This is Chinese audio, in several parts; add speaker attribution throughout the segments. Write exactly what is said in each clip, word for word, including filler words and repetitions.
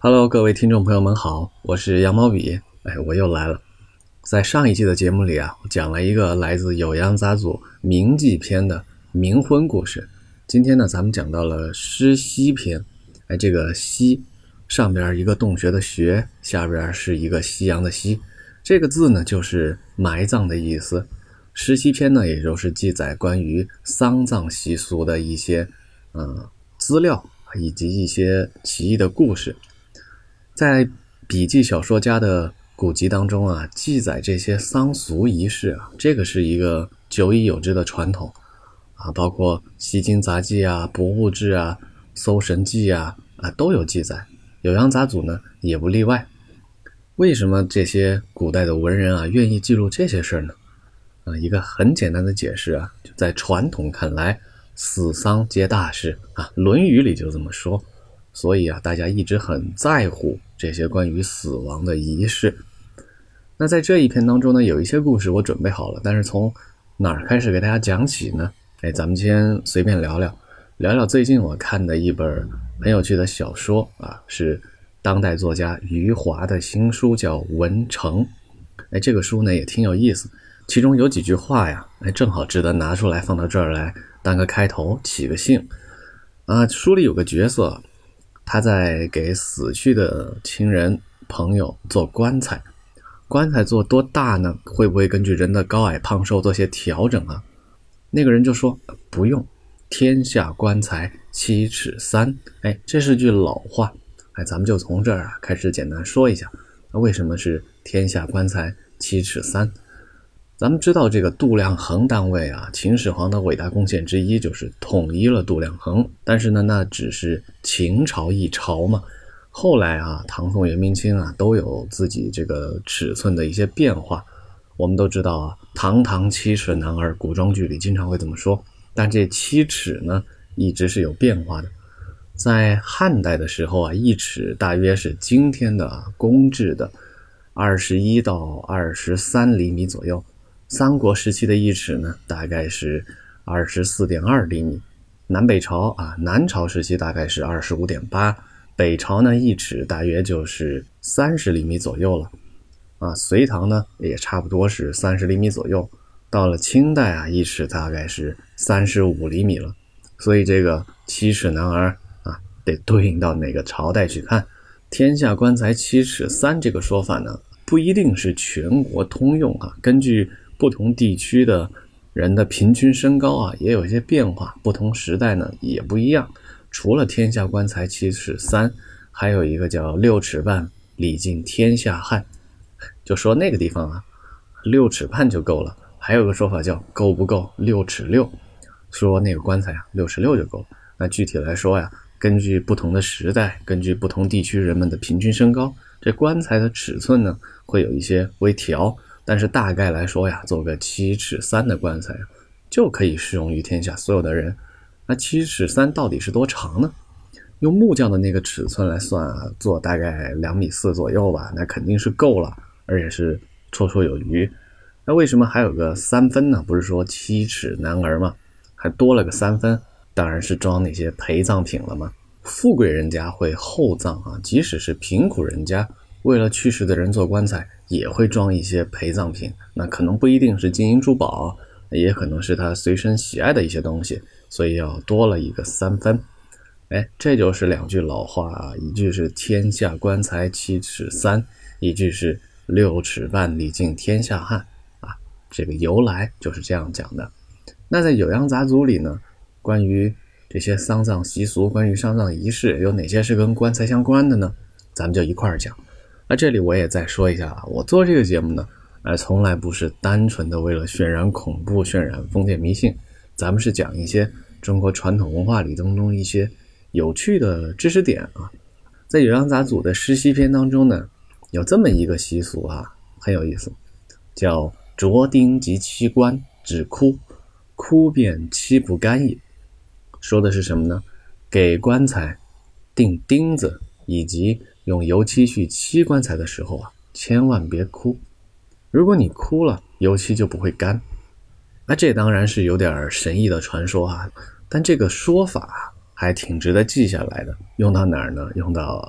Speaker 1: Hello，各位听众朋友们好，我是羊毛笔。哎，我又来了。在上一期的节目里啊，我讲了一个来自《酉阳杂俎铭记篇》的冥婚故事。今天呢，咱们讲到了尸溪篇。哎，这个溪上边一个洞穴的穴，下边是一个夕阳的夕。这个字呢，就是埋葬的意思。尸溪篇呢，也就是记载关于丧葬习俗的一些呃资料以及一些奇异的故事。在笔记小说家的古籍当中啊，记载这些丧俗仪式啊，这个是一个久已有之的传统啊，包括西京杂记啊、博物志啊、搜神记啊啊都有记载。酉阳杂俎呢也不例外。为什么这些古代的文人啊愿意记录这些事儿呢？啊，一个很简单的解释啊，就在传统看来，死丧皆大事啊，《论语》里就这么说。所以啊，大家一直很在乎这些关于死亡的仪式。那在这一篇当中呢，有一些故事我准备好了，但是从哪儿开始给大家讲起呢？哎，咱们先随便聊聊，聊聊最近我看的一本很有趣的小说啊，是当代作家余华的新书，叫《文城》。哎，这个书呢也挺有意思，其中有几句话呀，哎，正好值得拿出来放到这儿来当个开头，起个兴啊。书里有个角色，他在给死去的亲人朋友做棺材，棺材做多大呢？会不会根据人的高矮胖瘦做些调整啊？那个人就说不用，天下棺材七尺三。哎，这是句老话。哎，咱们就从这儿啊开始简单说一下，为什么是天下棺材七尺三？咱们知道这个度量衡单位啊，秦始皇的伟大贡献之一就是统一了度量衡，但是呢，那只是秦朝一朝嘛。后来啊，唐宋元明清啊，都有自己这个尺寸的一些变化。我们都知道啊，堂堂七尺男儿，古装剧里经常会这么说。但这七尺呢，一直是有变化的。在汉代的时候啊，一尺大约是今天的公制的二十一到二十三厘米左右。三国时期的一尺呢，大概是 二十四点二厘米。南北朝啊，南朝时期大概是 二十五点八， 北朝呢一尺大约就是三十厘米左右了。啊，隋唐呢也差不多是三十厘米左右。到了清代啊，一尺大概是三十五厘米了。所以这个七尺男儿啊，得对应到哪个朝代去看。天下棺材七尺三这个说法呢，不一定是全国通用啊，根据不同地区的人的平均身高啊，也有一些变化，不同时代呢也不一样。除了天下棺材七尺三，还有一个叫六尺半，礼尽天下汉。就说那个地方啊，六尺半就够了。还有个说法叫够不够六尺六，说那个棺材啊，六尺六就够了。那具体来说呀，根据不同的时代，根据不同地区人们的平均身高，这棺材的尺寸呢会有一些微调。但是大概来说呀，做个七尺三的棺材就可以适用于天下所有的人。那七尺三到底是多长呢？用木匠的那个尺寸来算啊，做大概两米四左右吧，那肯定是够了，而且是绰绰有余。那为什么还有个三分呢？不是说七尺男儿吗？还多了个三分，当然是装那些陪葬品了嘛。富贵人家会厚葬啊，即使是贫苦人家，为了去世的人做棺材也会装一些陪葬品，那可能不一定是金银珠宝，也可能是他随身喜爱的一些东西，所以要多了一个三分。哎，这就是两句老话啊，一句是天下棺材七尺三，一句是六尺半，礼尽天下汉啊，这个由来就是这样讲的。那在酉阳杂俎里呢，关于这些丧葬习俗，关于丧葬仪式，有哪些是跟棺材相关的呢？咱们就一块儿讲。那这里我也再说一下啊，我做这个节目呢，呃，从来不是单纯的为了渲染恐怖、渲染封建迷信，咱们是讲一些中国传统文化里当中一些有趣的知识点啊。在酉阳杂俎的尸溪篇当中呢，有这么一个习俗啊，很有意思，叫着钉及漆棺，只哭，哭便漆不干也。说的是什么呢？给棺材钉钉子以及用油漆去漆棺材的时候啊，千万别哭。如果你哭了，油漆就不会干。那这当然是有点神异的传说啊，但这个说法还挺值得记下来的。用到哪儿呢？用到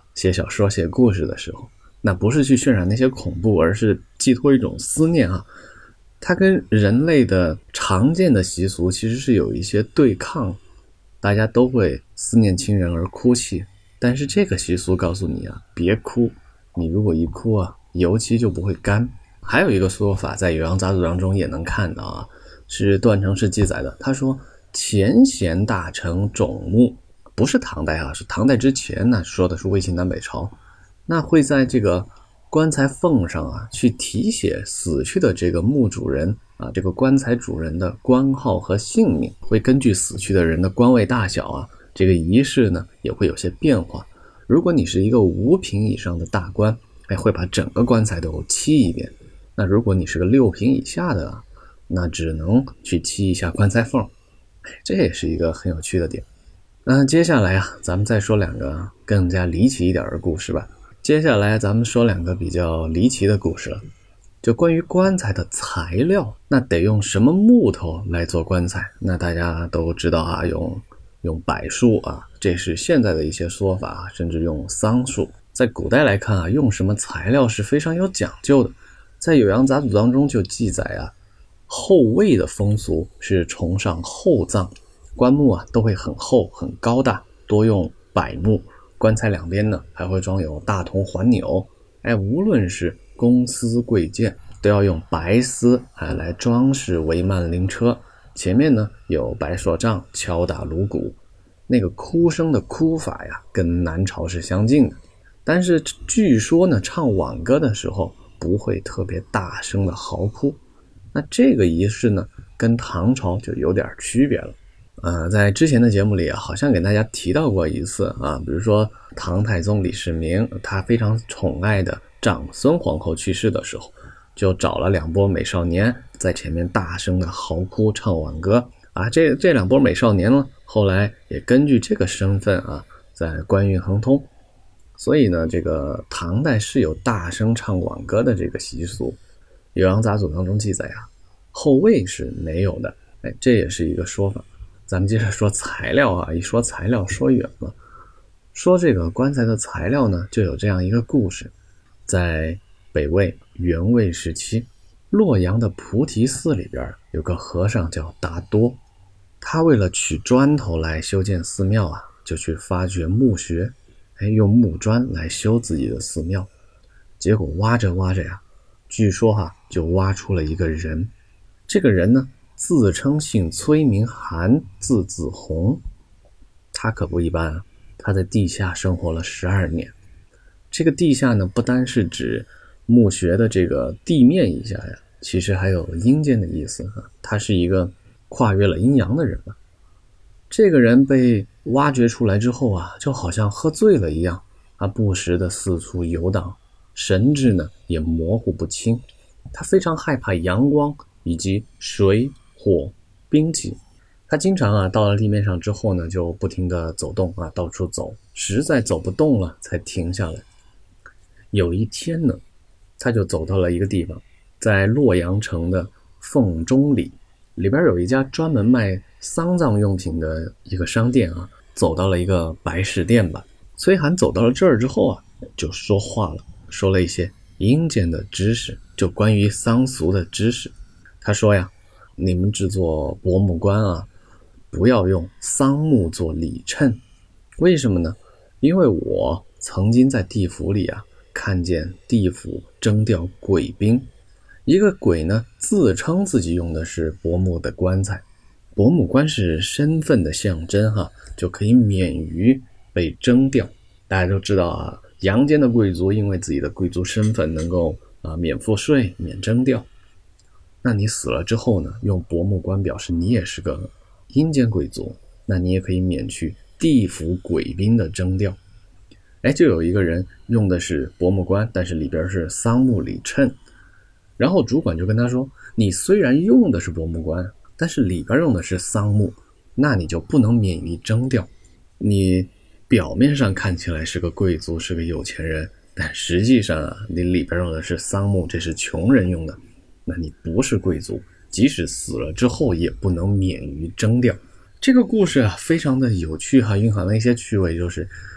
Speaker 1: 写小说写故事的时候，那不是去渲染那些恐怖，而是寄托一种思念啊。它跟人类的常见的习俗其实是有一些对抗，大家都会思念亲人而哭泣，但是这个习俗告诉你啊，别哭，你如果一哭啊，油漆就不会干。还有一个说法在《酉阳杂俎》当中也能看到啊，是段成式记载的，他说前贤大成种木，不是唐代啊，是唐代之前呢，说的是魏晋南北朝，那会在这个棺材缝上啊，去题写死去的这个墓主人啊，这个棺材主人的官号和姓名，会根据死去的人的官位大小啊，这个仪式呢也会有些变化。如果你是一个五品以上的大官，哎，会把整个棺材都漆一遍。那如果你是个六品以下的啊，那只能去漆一下棺材缝。这也是一个很有趣的点。那接下来啊，咱们再说两个更加离奇一点的故事吧。接下来咱们说两个比较离奇的故事了，就关于棺材的材料，那得用什么木头来做棺材？那大家都知道啊，用用柏树啊，这是现在的一些说法，甚至用桑树。在古代来看啊，用什么材料是非常有讲究的。在《酉阳杂俎》当中就记载啊，后魏的风俗是崇尚厚葬，棺木啊都会很厚很高大，多用柏木，棺材两边呢还会装有大铜环钮，哎，无论是公司贵贱都要用白丝哎来装饰帷幔灵车，前面呢有白索杖敲打颅骨，那个哭声的哭法呀跟南朝是相近的，但是据说呢唱挽歌的时候不会特别大声的嚎哭。那这个仪式呢跟唐朝就有点区别了。呃，在之前的节目里啊，好像给大家提到过一次啊，比如说唐太宗李世民，他非常宠爱的长孙皇后去世的时候，就找了两波美少年在前面大声的嚎哭唱挽歌啊。这这两波美少年呢，后来也根据这个身份啊，在官运亨通。所以呢，这个唐代是有大声唱挽歌的这个习俗。《酉阳杂俎》当中记载啊，后魏是没有的，哎，这也是一个说法。咱们接着说材料啊，一说材料说远了。说这个棺材的材料呢，就有这样一个故事。在北魏元魏时期，洛阳的菩提寺里边有个和尚叫达多，他为了取砖头来修建寺庙啊，就去发掘墓穴，哎，用木砖来修自己的寺庙。结果挖着挖着呀，据说哈、啊、就挖出了一个人。这个人呢自称姓崔名涵，字子弘，他可不一般啊，他在地下生活了十二年。这个地下呢不单是指墓穴的这个地面以下呀，其实还有阴间的意思啊，他是一个跨越了阴阳的人啊。这个人被挖掘出来之后啊，就好像喝醉了一样啊，不时的四处游荡，神志呢也模糊不清。他非常害怕阳光以及水火冰气，他经常啊到了地面上之后呢，就不停地走动啊，到处走，实在走不动了才停下来。有一天呢，他就走到了一个地方，在洛阳城的凤中里，里边有一家专门卖丧葬用品的一个商店啊，走到了一个白事店吧。崔涵走到了这儿之后啊，就说话了，说了一些阴间的知识，就关于丧俗的知识。他说呀，你们制作薄木棺啊，不要用桑木做里衬。为什么呢？因为我曾经在地府里啊，看见地府征调鬼兵，一个鬼呢自称自己用的是薄木的棺材，薄木棺是身份的象征哈，就可以免于被征调。大家都知道啊，阳间的贵族因为自己的贵族身份能够啊免赋税、免征调。那你死了之后呢，用薄木棺表示你也是个阴间贵族，那你也可以免去地府鬼兵的征调。哎，就有一个人用的是薄木棺，但是里边是桑木里衬，然后主管就跟他说，你虽然用的是薄木棺，但是里边用的是桑木，那你就不能免于征调。你表面上看起来是个贵族，是个有钱人，但实际上啊，你里边用的是桑木，这是穷人用的，那你不是贵族，即使死了之后也不能免于征调。这个故事啊非常的有趣哈，蕴含了一些趣味，就是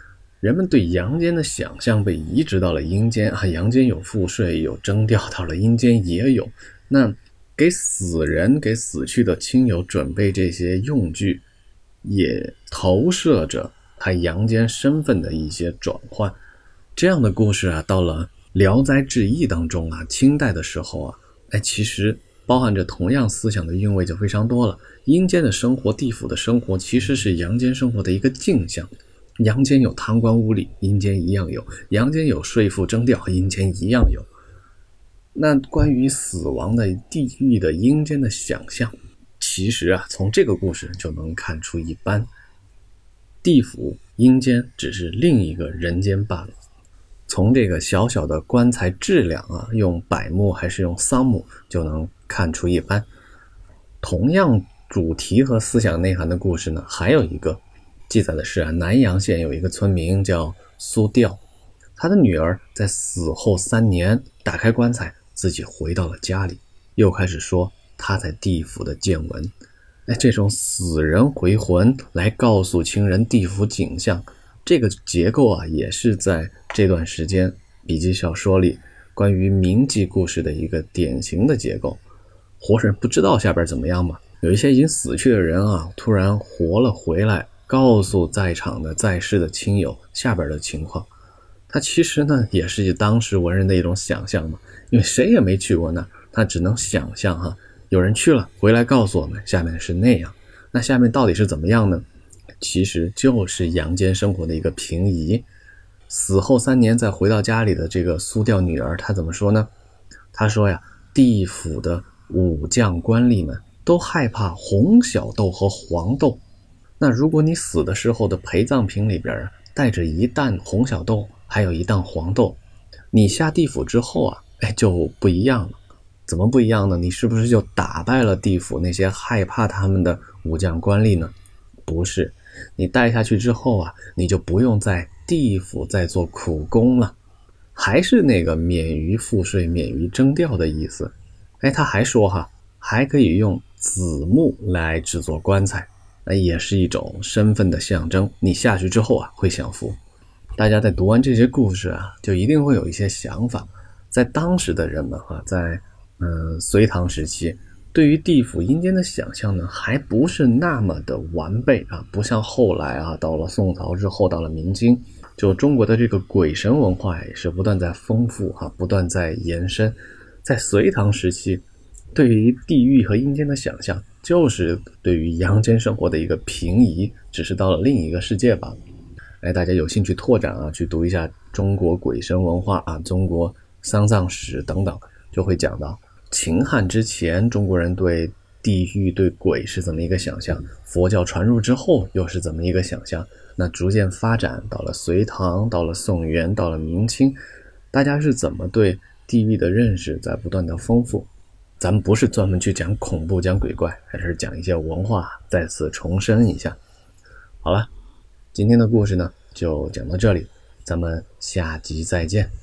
Speaker 1: 人们对阳间的想象被移植到了阴间啊，阳间有赋税有征调，到了阴间也有。那给死人给死去的亲友准备这些用具，也投射着他阳间身份的一些转换。这样的故事啊，到了《聊斋志异》当中啊，清代的时候啊，哎，其实包含着同样思想的韵味就非常多了。阴间的生活，地府的生活，其实是阳间生活的一个镜像。阳间有贪官污吏，阴间一样有；阳间有税赋征调，阴间一样有。那关于死亡的、地狱的、阴间的想象，其实啊，从这个故事就能看出一斑。地府、阴间只是另一个人间罢了。从这个小小的棺材质量啊，用柏木还是用桑木，就能看出一斑。同样主题和思想内涵的故事呢，还有一个记载的是啊，南阳县有一个村民叫苏调，他的女儿在死后三年打开棺材，自己回到了家里，又开始说他在地府的见闻。哎，这种死人回魂来告诉亲人地府景象，这个结构啊，也是在这段时间笔记小说里关于铭记故事的一个典型的结构。活人不知道下边怎么样嘛，有一些已经死去的人啊，突然活了回来，告诉在场的在世的亲友下边的情况。他其实呢，也是当时文人的一种想象嘛，因为谁也没去过那儿，他只能想象哈，有人去了回来告诉我们下面是那样。那下面到底是怎么样呢？其实就是阳间生活的一个平移。死后三年再回到家里的这个苏调女儿，她怎么说呢？她说呀，地府的武将官吏们都害怕红小豆和黄豆。那如果你死的时候的陪葬品里边带着一担红小豆，还有一担黄豆，你下地府之后啊，哎，就不一样了。怎么不一样呢？你是不是就打败了地府那些害怕他们的武将官吏呢？不是，你带下去之后啊，你就不用在地府再做苦工了，还是那个免于赋税、免于征调的意思。哎，他还说哈，还可以用紫木来制作棺材，那也是一种身份的象征。你下去之后啊，会享福。大家在读完这些故事啊，就一定会有一些想法。在当时的人们啊，在嗯隋唐时期，对于地府阴间的想象呢，还不是那么的完备啊，不像后来啊，到了宋朝之后，到了明清，就中国的这个鬼神文化也是不断在丰富啊，不断在延伸。在隋唐时期，对于地狱和阴间的想象，就是对于阳间生活的一个平移，只是到了另一个世界吧。哎，大家有兴趣拓展啊，去读一下中国鬼神文化啊，中国丧葬史等等，就会讲到秦汉之前中国人对地狱对鬼是怎么一个想象，佛教传入之后又是怎么一个想象，那逐渐发展到了隋唐，到了宋元，到了明清，大家是怎么对地狱的认识在不断的丰富。咱们不是专门去讲恐怖讲鬼怪，还是讲一些文化，再次重申一下。好了，今天的故事呢就讲到这里，咱们下集再见。